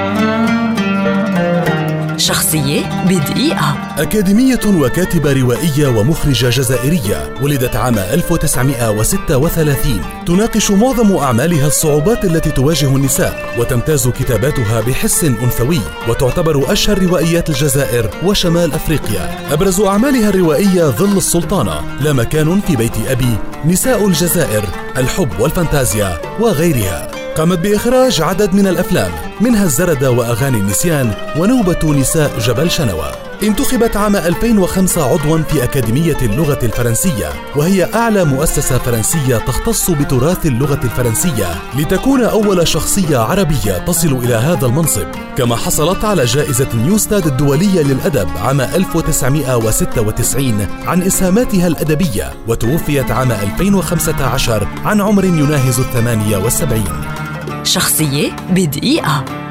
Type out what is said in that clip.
شخصية بدقيقة. أكاديمية وكاتبة روائية ومخرجة جزائرية، ولدت عام 1936. تناقش معظم أعمالها الصعوبات التي تواجه النساء، وتمتاز كتاباتها بحس أنثوي، وتعتبر أشهر روائيات الجزائر وشمال أفريقيا. أبرز أعمالها الروائية ظل السلطانة، لا مكان في بيت أبي، نساء الجزائر، الحب والفانتازيا وغيرها. قامت بإخراج عدد من الأفلام، منها الزردة وأغاني النسيان ونوبة نساء جبل شنوى. انتخبت عام 2005 عضواً في أكاديمية اللغة الفرنسية، وهي أعلى مؤسسة فرنسية تختص بتراث اللغة الفرنسية، لتكون أول شخصية عربية تصل إلى هذا المنصب. كما حصلت على جائزة نيوستاد الدولية للأدب عام 1996 عن إسهاماتها الأدبية، وتوفيت عام 2015 عن عمر يناهز 78. شخصية بدقيقة.